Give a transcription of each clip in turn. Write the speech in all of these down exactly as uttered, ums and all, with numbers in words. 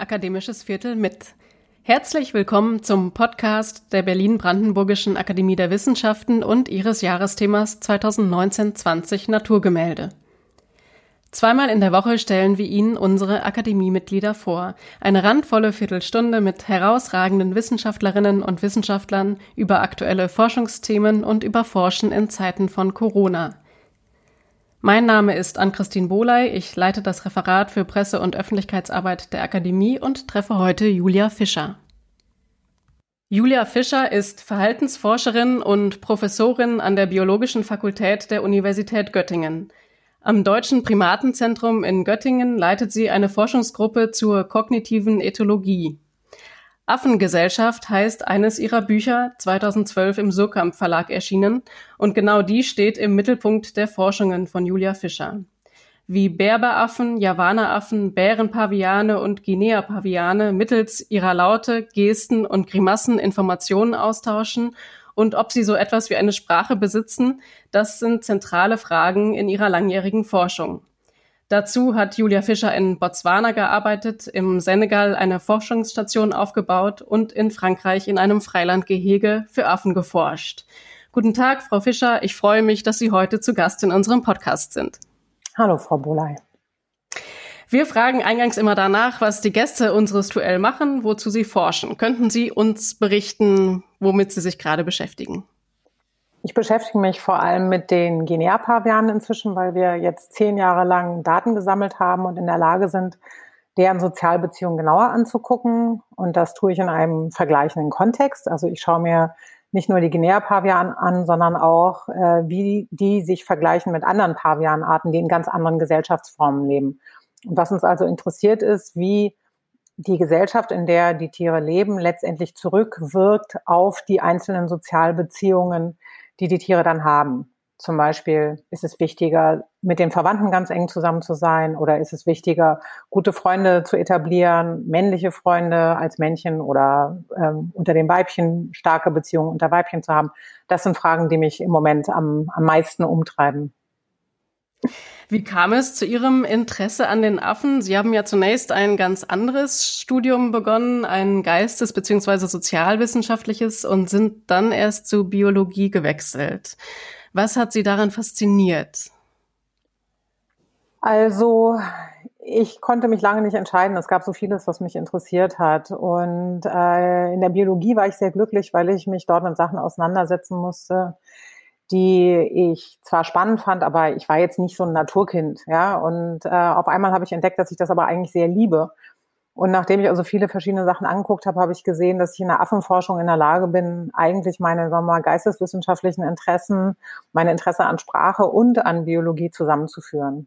Akademisches Viertel mit. Herzlich willkommen zum Podcast der Berlin-Brandenburgischen Akademie der Wissenschaften und ihres Jahresthemas zwanzig neunzehn zwanzig Naturgemälde. Zweimal in der Woche stellen wir Ihnen unsere Akademiemitglieder vor. Eine randvolle Viertelstunde mit herausragenden Wissenschaftlerinnen und Wissenschaftlern über aktuelle Forschungsthemen und über Forschen in Zeiten von Corona. Mein Name ist Ann-Christine Bohley, ich leite das Referat für Presse- und Öffentlichkeitsarbeit der Akademie und treffe heute Julia Fischer. Julia Fischer ist Verhaltensforscherin und Professorin an der Biologischen Fakultät der Universität Göttingen. Am Deutschen Primatenzentrum in Göttingen leitet sie eine Forschungsgruppe zur kognitiven Ethologie. Affengesellschaft heißt eines ihrer Bücher, zweitausendzwölf im Suhrkamp Verlag erschienen, und genau die steht im Mittelpunkt der Forschungen von Julia Fischer. Wie Berberaffen, Javanaaffen, Bärenpaviane und Guinea-Paviane mittels ihrer Laute, Gesten und Grimassen Informationen austauschen und ob sie so etwas wie eine Sprache besitzen, das sind zentrale Fragen in ihrer langjährigen Forschung. Dazu hat Julia Fischer in Botswana gearbeitet, im Senegal eine Forschungsstation aufgebaut und in Frankreich in einem Freilandgehege für Affen geforscht. Guten Tag, Frau Fischer. Ich freue mich, dass Sie heute zu Gast in unserem Podcast sind. Hallo, Frau Bohley. Wir fragen eingangs immer danach, was die Gäste unseres Duell machen, wozu sie forschen. Könnten Sie uns berichten, womit Sie sich gerade beschäftigen? Ich beschäftige mich vor allem mit den Guinea-Pavianen inzwischen, weil wir jetzt zehn Jahre lang Daten gesammelt haben und in der Lage sind, deren Sozialbeziehungen genauer anzugucken. Und das tue ich in einem vergleichenden Kontext. Also ich schaue mir nicht nur die Guinea-Pavianen an, sondern auch, äh, wie die sich vergleichen mit anderen Pavianarten, die in ganz anderen Gesellschaftsformen leben. Und was uns also interessiert ist, wie die Gesellschaft, in der die Tiere leben, letztendlich zurückwirkt auf die einzelnen Sozialbeziehungen, die die Tiere dann haben. Zum Beispiel ist es wichtiger, mit den Verwandten ganz eng zusammen zu sein, oder ist es wichtiger, gute Freunde zu etablieren, männliche Freunde als Männchen oder ähm, unter den Weibchen starke Beziehungen unter Weibchen zu haben. Das sind Fragen, die mich im Moment am, am meisten umtreiben. Wie kam es zu Ihrem Interesse an den Affen? Sie haben ja zunächst ein ganz anderes Studium begonnen, ein geistes- bzw. sozialwissenschaftliches, und sind dann erst zu Biologie gewechselt. Was hat Sie daran fasziniert? Also ich konnte mich lange nicht entscheiden. Es gab so vieles, was mich interessiert hat. Und äh, in der Biologie war ich sehr glücklich, weil ich mich dort mit Sachen auseinandersetzen musste, die ich zwar spannend fand, aber ich war jetzt nicht so ein Naturkind, ja. Und äh, auf einmal habe ich entdeckt, dass ich das aber eigentlich sehr liebe. Und nachdem ich also viele verschiedene Sachen angeguckt habe, habe ich gesehen, dass ich in der Affenforschung in der Lage bin, eigentlich meine, sagen wir mal, geisteswissenschaftlichen Interessen, meine Interesse an Sprache und an Biologie zusammenzuführen.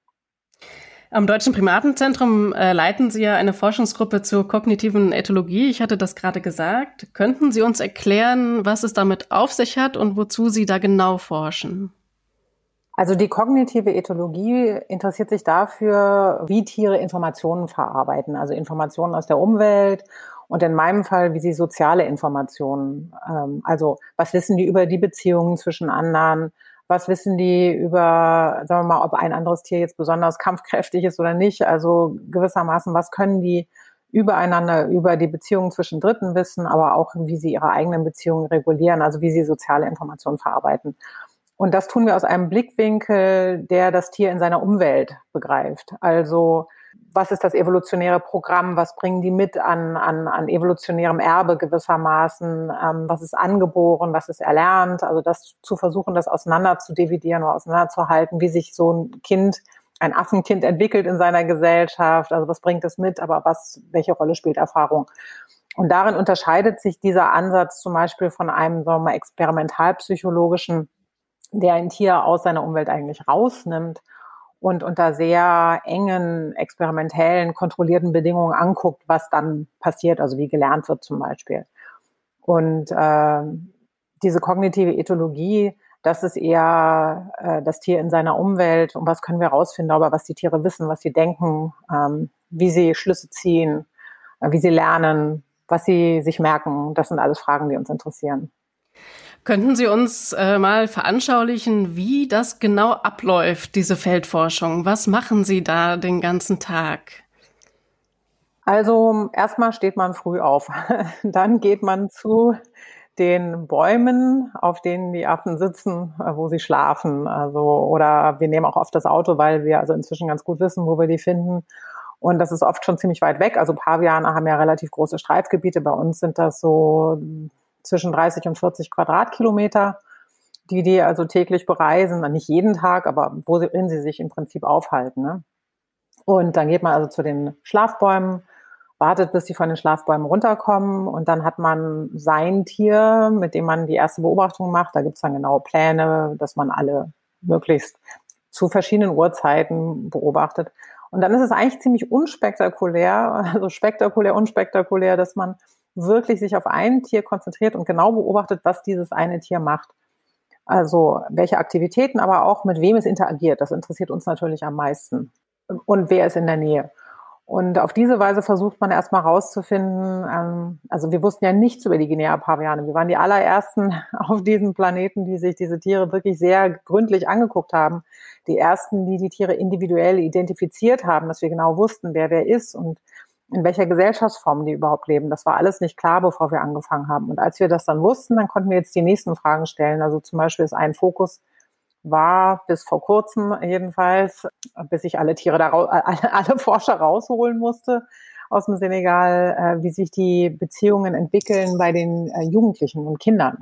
Am Deutschen Primatenzentrum äh, leiten Sie ja eine Forschungsgruppe zur kognitiven Ethologie. Ich hatte das gerade gesagt. Könnten Sie uns erklären, was es damit auf sich hat und wozu Sie da genau forschen? Also die kognitive Ethologie interessiert sich dafür, wie Tiere Informationen verarbeiten, also Informationen aus der Umwelt und in meinem Fall, wie sie soziale Informationen, ähm, also was wissen die über die Beziehungen zwischen anderen, was wissen die über, sagen wir mal, ob ein anderes Tier jetzt besonders kampfkräftig ist oder nicht, also gewissermaßen, was können die übereinander, über die Beziehungen zwischen Dritten wissen, aber auch wie sie ihre eigenen Beziehungen regulieren, also wie sie soziale Informationen verarbeiten. Und das tun wir aus einem Blickwinkel, der das Tier in seiner Umwelt begreift. Also was ist das evolutionäre Programm? Was bringen die mit an, an, an evolutionärem Erbe gewissermaßen? Ähm, was ist angeboren? Was ist erlernt? Also das zu versuchen, das auseinander zu dividieren oder auseinanderzuhalten, wie sich so ein Kind, ein Affenkind entwickelt in seiner Gesellschaft. Also was bringt es mit? Aber was, welche Rolle spielt Erfahrung? Und darin unterscheidet sich dieser Ansatz zum Beispiel von einem, sagen wir mal, experimentalpsychologischen, der ein Tier aus seiner Umwelt eigentlich rausnimmt und unter sehr engen, experimentellen, kontrollierten Bedingungen anguckt, was dann passiert, also wie gelernt wird zum Beispiel. Und äh, diese kognitive Ethologie, das ist eher äh, das Tier in seiner Umwelt und was können wir herausfinden darüber, was die Tiere wissen, was sie denken, ähm, wie sie Schlüsse ziehen, äh, wie sie lernen, was sie sich merken. Das sind alles Fragen, die uns interessieren. Könnten Sie uns äh, mal veranschaulichen, wie das genau abläuft, diese Feldforschung? Was machen Sie da den ganzen Tag? Also erstmal steht man früh auf. Dann geht man zu den Bäumen, auf denen die Affen sitzen, äh, wo sie schlafen. Also, oder wir nehmen auch oft das Auto, weil wir also inzwischen ganz gut wissen, wo wir die finden. Und das ist oft schon ziemlich weit weg. Also Paviane haben ja relativ große Streifgebiete. Bei uns sind das so zwischen dreißig und vierzig Quadratkilometer, die die also täglich bereisen. Nicht jeden Tag, aber worin sie sich im Prinzip aufhalten, ne? Und dann geht man also zu den Schlafbäumen, wartet, bis sie von den Schlafbäumen runterkommen, und dann hat man sein Tier, mit dem man die erste Beobachtung macht. Da gibt es dann genaue Pläne, dass man alle möglichst zu verschiedenen Uhrzeiten beobachtet. Und dann ist es eigentlich ziemlich unspektakulär, also spektakulär, unspektakulär, dass man wirklich sich auf ein Tier konzentriert und genau beobachtet, was dieses eine Tier macht. Also welche Aktivitäten, aber auch mit wem es interagiert. Das interessiert uns natürlich am meisten. Und wer ist in der Nähe. Und auf diese Weise versucht man erstmal rauszufinden, ähm, also wir wussten ja nichts über die Guinea-Paviane. Wir waren die allerersten auf diesem Planeten, die sich diese Tiere wirklich sehr gründlich angeguckt haben. Die ersten, die die Tiere individuell identifiziert haben, dass wir genau wussten, wer wer ist und in welcher Gesellschaftsform die überhaupt leben. Das war alles nicht klar, bevor wir angefangen haben. Und als wir das dann wussten, dann konnten wir jetzt die nächsten Fragen stellen. Also zum Beispiel ist ein Fokus, war bis vor kurzem jedenfalls, bis ich alle Tiere da raus, alle, alle Forscher rausholen musste aus dem Senegal, äh, wie sich die Beziehungen entwickeln bei den äh, Jugendlichen und Kindern.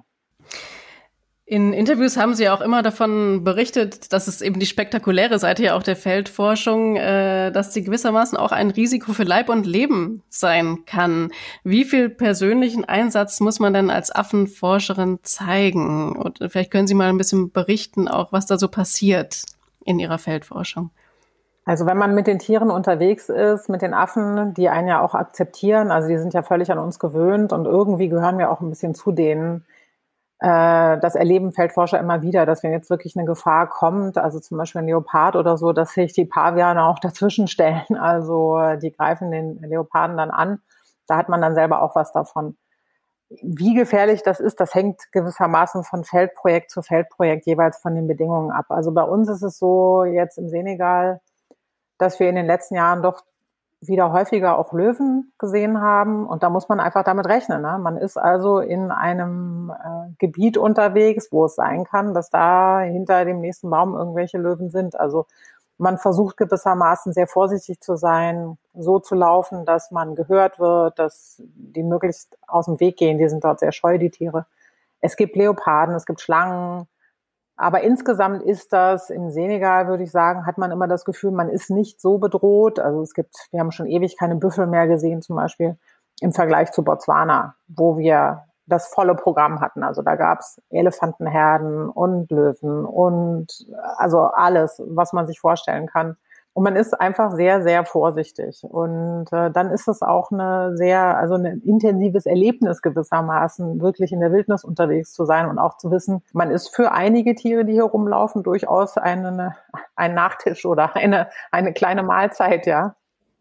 In Interviews haben Sie auch immer davon berichtet, dass es eben die spektakuläre Seite ja auch der Feldforschung, äh, dass sie gewissermaßen auch ein Risiko für Leib und Leben sein kann. Wie viel persönlichen Einsatz muss man denn als Affenforscherin zeigen? Und vielleicht können Sie mal ein bisschen berichten, auch was da so passiert in Ihrer Feldforschung. Also wenn man mit den Tieren unterwegs ist, mit den Affen, die einen ja auch akzeptieren, also die sind ja völlig an uns gewöhnt und irgendwie gehören wir auch ein bisschen zu denen. Das erleben Feldforscher immer wieder, dass wenn jetzt wirklich eine Gefahr kommt, also zum Beispiel ein Leopard oder so, dass sich die Paviane auch dazwischen stellen. Also die greifen den Leoparden dann an. Da hat man dann selber auch was davon. Wie gefährlich das ist, das hängt gewissermaßen von Feldprojekt zu Feldprojekt jeweils von den Bedingungen ab. Also bei uns ist es so jetzt im Senegal, dass wir in den letzten Jahren doch wieder häufiger auch Löwen gesehen haben. Und da muss man einfach damit rechnen, ne? Man ist also in einem äh, Gebiet unterwegs, wo es sein kann, dass da hinter dem nächsten Baum irgendwelche Löwen sind. Also man versucht gewissermaßen sehr vorsichtig zu sein, so zu laufen, dass man gehört wird, dass die möglichst aus dem Weg gehen. Die sind dort sehr scheu, die Tiere. Es gibt Leoparden, es gibt Schlangen. Aber insgesamt ist das im Senegal, würde ich sagen, hat man immer das Gefühl, man ist nicht so bedroht. Also es gibt, wir haben schon ewig keine Büffel mehr gesehen, zum Beispiel im Vergleich zu Botswana, wo wir das volle Programm hatten. Also da gab es Elefantenherden und Löwen und also alles, was man sich vorstellen kann. Und man ist einfach sehr, sehr vorsichtig. Und äh, dann ist es auch eine sehr, also ein intensives Erlebnis gewissermaßen, wirklich in der Wildnis unterwegs zu sein und auch zu wissen, man ist für einige Tiere, die hier rumlaufen, durchaus eine, ein Nachtisch oder eine, eine kleine Mahlzeit, ja.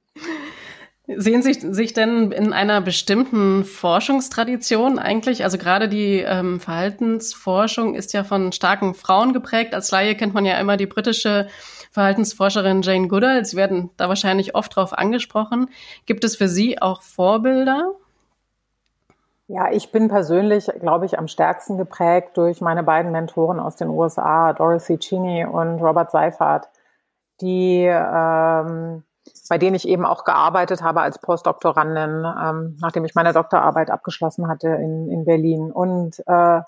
Sehen Sie sich denn in einer bestimmten Forschungstradition eigentlich? Also gerade die ähm, Verhaltensforschung ist ja von starken Frauen geprägt. Als Laie kennt man ja immer die britische Verhaltensforscherin Jane Goodall. Sie werden da wahrscheinlich oft drauf angesprochen. Gibt es für Sie auch Vorbilder? Ja, ich bin persönlich, glaube ich, am stärksten geprägt durch meine beiden Mentoren aus den U S A, Dorothy Cheney und Robert Seifert, die ähm, bei denen ich eben auch gearbeitet habe als Postdoktorandin, ähm, nachdem ich meine Doktorarbeit abgeschlossen hatte in, in Berlin. Und äh,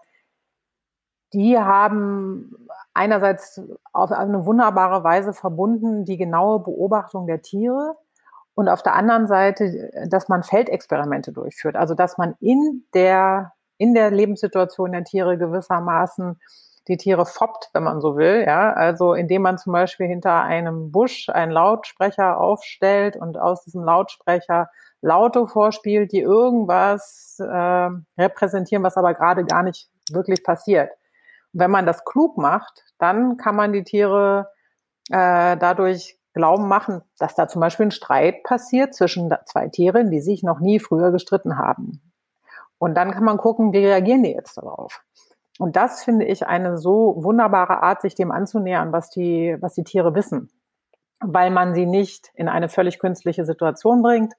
die haben einerseits auf eine wunderbare Weise verbunden die genaue Beobachtung der Tiere und auf der anderen Seite, dass man Feldexperimente durchführt. Also dass man in der, in der Lebenssituation der Tiere gewissermaßen die Tiere foppt, wenn man so will, ja, also indem man zum Beispiel hinter einem Busch einen Lautsprecher aufstellt und aus diesem Lautsprecher Laute vorspielt, die irgendwas äh, repräsentieren, was aber gerade gar nicht wirklich passiert. Und wenn man das klug macht, dann kann man die Tiere äh, dadurch glauben machen, dass da zum Beispiel ein Streit passiert zwischen zwei Tieren, die sich noch nie früher gestritten haben. Und dann kann man gucken, wie reagieren die jetzt darauf. Und das finde ich eine so wunderbare Art, sich dem anzunähern, was die, was die Tiere wissen. Weil man sie nicht in eine völlig künstliche Situation bringt.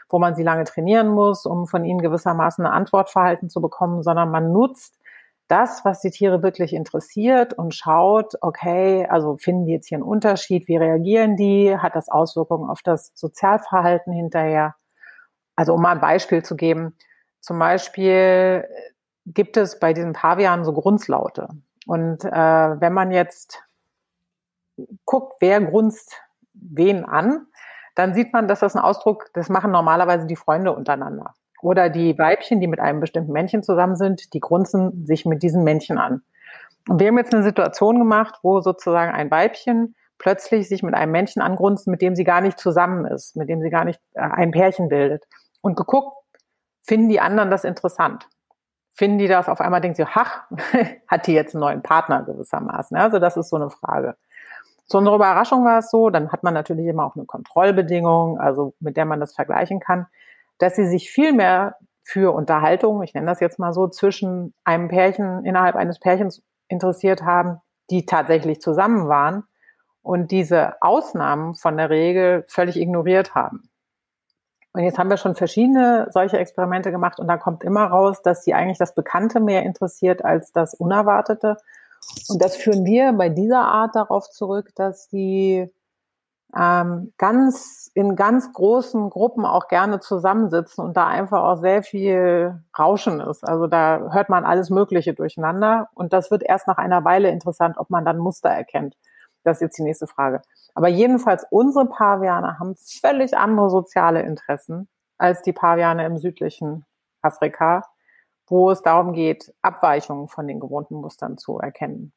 wo man sie lange trainieren muss, um von ihnen gewissermaßen ein Antwortverhalten zu bekommen, sondern man nutzt das, was die Tiere wirklich interessiert und schaut, okay, also finden die jetzt hier einen Unterschied, wie reagieren die, hat das Auswirkungen auf das Sozialverhalten hinterher? Also um mal ein Beispiel zu geben, zum Beispiel gibt es bei diesen Pavianen so Grunzlaute. Und äh, wenn man jetzt guckt, wer grunzt wen an, dann sieht man, dass das ein Ausdruck, das machen normalerweise die Freunde untereinander. Oder die Weibchen, die mit einem bestimmten Männchen zusammen sind, die grunzen sich mit diesen Männchen an. Und wir haben jetzt eine Situation gemacht, wo sozusagen ein Weibchen plötzlich sich mit einem Männchen angrunzt, mit dem sie gar nicht zusammen ist, mit dem sie gar nicht äh, ein Pärchen bildet. Und geguckt, finden die anderen das interessant? Finden die das auf einmal, denken sie, ach, hat die jetzt einen neuen Partner gewissermaßen? Also das ist so eine Frage. Zu unserer Überraschung war es so, dann hat man natürlich immer auch eine Kontrollbedingung, also mit der man das vergleichen kann, dass sie sich viel mehr für Unterhaltung, ich nenne das jetzt mal so, zwischen einem Pärchen, innerhalb eines Pärchens interessiert haben, die tatsächlich zusammen waren und diese Ausnahmen von der Regel völlig ignoriert haben. Und jetzt haben wir schon verschiedene solche Experimente gemacht und da kommt immer raus, dass sie eigentlich das Bekannte mehr interessiert als das Unerwartete. Und das führen wir bei dieser Art darauf zurück, dass die ähm, ganz in ganz großen Gruppen auch gerne zusammensitzen und da einfach auch sehr viel Rauschen ist. Also da hört man alles Mögliche durcheinander und das wird erst nach einer Weile interessant, ob man dann Muster erkennt. Das ist jetzt die nächste Frage. Aber jedenfalls, unsere Paviane haben völlig andere soziale Interessen als die Paviane im südlichen Afrika, wo es darum geht, Abweichungen von den gewohnten Mustern zu erkennen.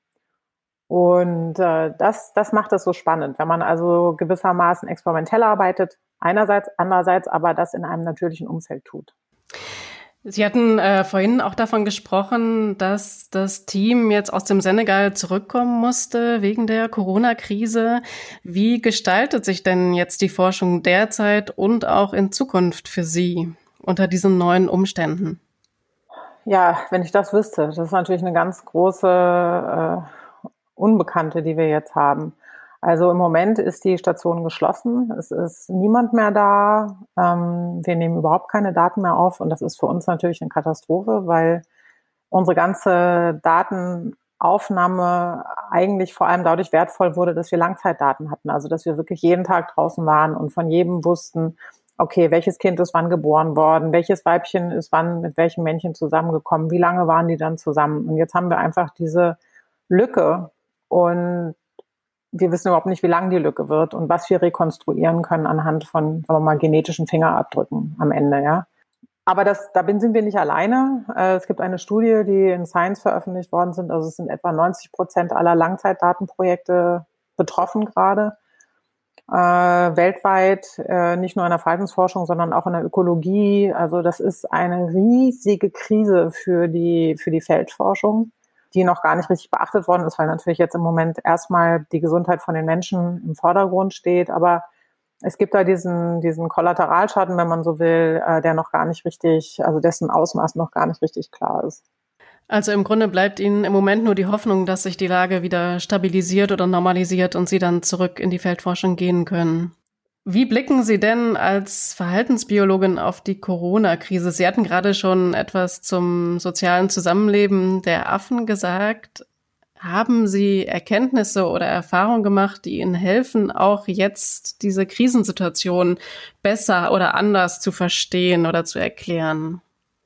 Und äh, das, das macht es so spannend, wenn man also gewissermaßen experimentell arbeitet, einerseits, andererseits aber das in einem natürlichen Umfeld tut. Sie hatten äh, vorhin auch davon gesprochen, dass das Team jetzt aus dem Senegal zurückkommen musste wegen der Corona-Krise. Wie gestaltet sich denn jetzt die Forschung derzeit und auch in Zukunft für Sie unter diesen neuen Umständen? Ja, wenn ich das wüsste, das ist natürlich eine ganz große äh, Unbekannte, die wir jetzt haben. Also im Moment ist die Station geschlossen. Es ist niemand mehr da. Ähm, wir nehmen überhaupt keine Daten mehr auf. Und das ist für uns natürlich eine Katastrophe, weil unsere ganze Datenaufnahme eigentlich vor allem dadurch wertvoll wurde, dass wir Langzeitdaten hatten. Also dass wir wirklich jeden Tag draußen waren und von jedem wussten, okay, welches Kind ist wann geboren worden, welches Weibchen ist wann mit welchem Männchen zusammengekommen, wie lange waren die dann zusammen. Und jetzt haben wir einfach diese Lücke und wir wissen überhaupt nicht, wie lang die Lücke wird und was wir rekonstruieren können anhand von, sagen wir mal, genetischen Fingerabdrücken am Ende, ja. Aber das, da sind wir nicht alleine. Es gibt eine Studie, die in Science veröffentlicht worden sind. Also es sind etwa neunzig Prozent aller Langzeitdatenprojekte betroffen gerade. Äh, weltweit, äh, nicht nur in der Verhaltensforschung, sondern auch in der Ökologie. Also das ist eine riesige Krise für die, für die Feldforschung, die noch gar nicht richtig beachtet worden ist, weil natürlich jetzt im Moment erstmal die Gesundheit von den Menschen im Vordergrund steht. Aber es gibt da diesen, diesen Kollateralschaden, wenn man so will, äh, der noch gar nicht richtig, also dessen Ausmaß noch gar nicht richtig klar ist. Also im Grunde bleibt Ihnen im Moment nur die Hoffnung, dass sich die Lage wieder stabilisiert oder normalisiert und Sie dann zurück in die Feldforschung gehen können. Wie blicken Sie denn als Verhaltensbiologin auf die Corona-Krise? Sie hatten gerade schon etwas zum sozialen Zusammenleben der Affen gesagt. Haben Sie Erkenntnisse oder Erfahrungen gemacht, die Ihnen helfen, auch jetzt diese Krisensituation besser oder anders zu verstehen oder zu erklären?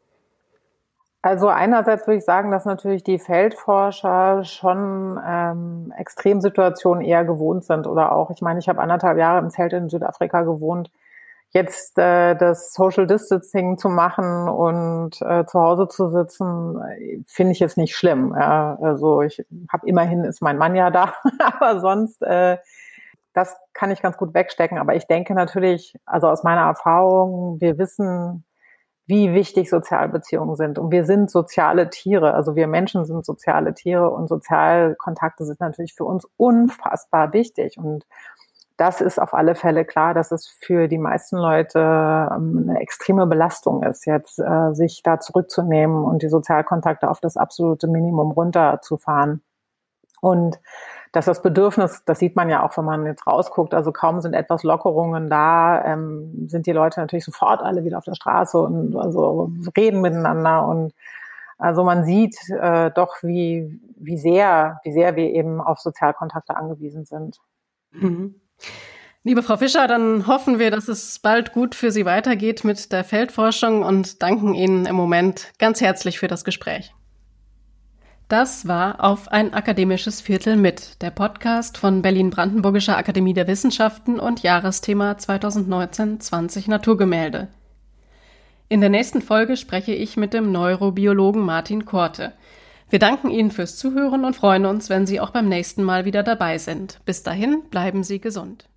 Also einerseits würde ich sagen, dass natürlich die Feldforscher schon ähm, Extremsituationen eher gewohnt sind oder auch, ich meine, ich habe anderthalb Jahre im Zelt in Südafrika gewohnt, jetzt äh, das Social Distancing zu machen und äh, zu Hause zu sitzen, finde ich jetzt nicht schlimm. Ja. Also ich habe immerhin, ist mein Mann ja da, aber sonst, äh, das kann ich ganz gut wegstecken. Aber ich denke natürlich, also aus meiner Erfahrung, wir wissen, wie wichtig Sozialbeziehungen sind. Und wir sind soziale Tiere. Also wir Menschen sind soziale Tiere und Sozialkontakte sind natürlich für uns unfassbar wichtig. Und das ist auf alle Fälle klar, dass es für die meisten Leute eine extreme Belastung ist, jetzt äh, sich da zurückzunehmen und die Sozialkontakte auf das absolute Minimum runterzufahren. Und dass das Bedürfnis, das sieht man ja auch, wenn man jetzt rausguckt, also kaum sind etwas Lockerungen da, ähm, sind die Leute natürlich sofort alle wieder auf der Straße und also reden miteinander. Und also man sieht äh, doch, wie, wie sehr, wie sehr wir eben auf Sozialkontakte angewiesen sind. Mhm. Liebe Frau Fischer, dann hoffen wir, dass es bald gut für Sie weitergeht mit der Feldforschung und danken Ihnen im Moment ganz herzlich für das Gespräch. Das war Auf ein akademisches Viertel mit, der Podcast von Berlin-Brandenburgischer Akademie der Wissenschaften und Jahresthema zwanzig neunzehn zwanzig Naturgemälde. In der nächsten Folge spreche ich mit dem Neurobiologen Martin Korte. Wir danken Ihnen fürs Zuhören und freuen uns, wenn Sie auch beim nächsten Mal wieder dabei sind. Bis dahin, bleiben Sie gesund.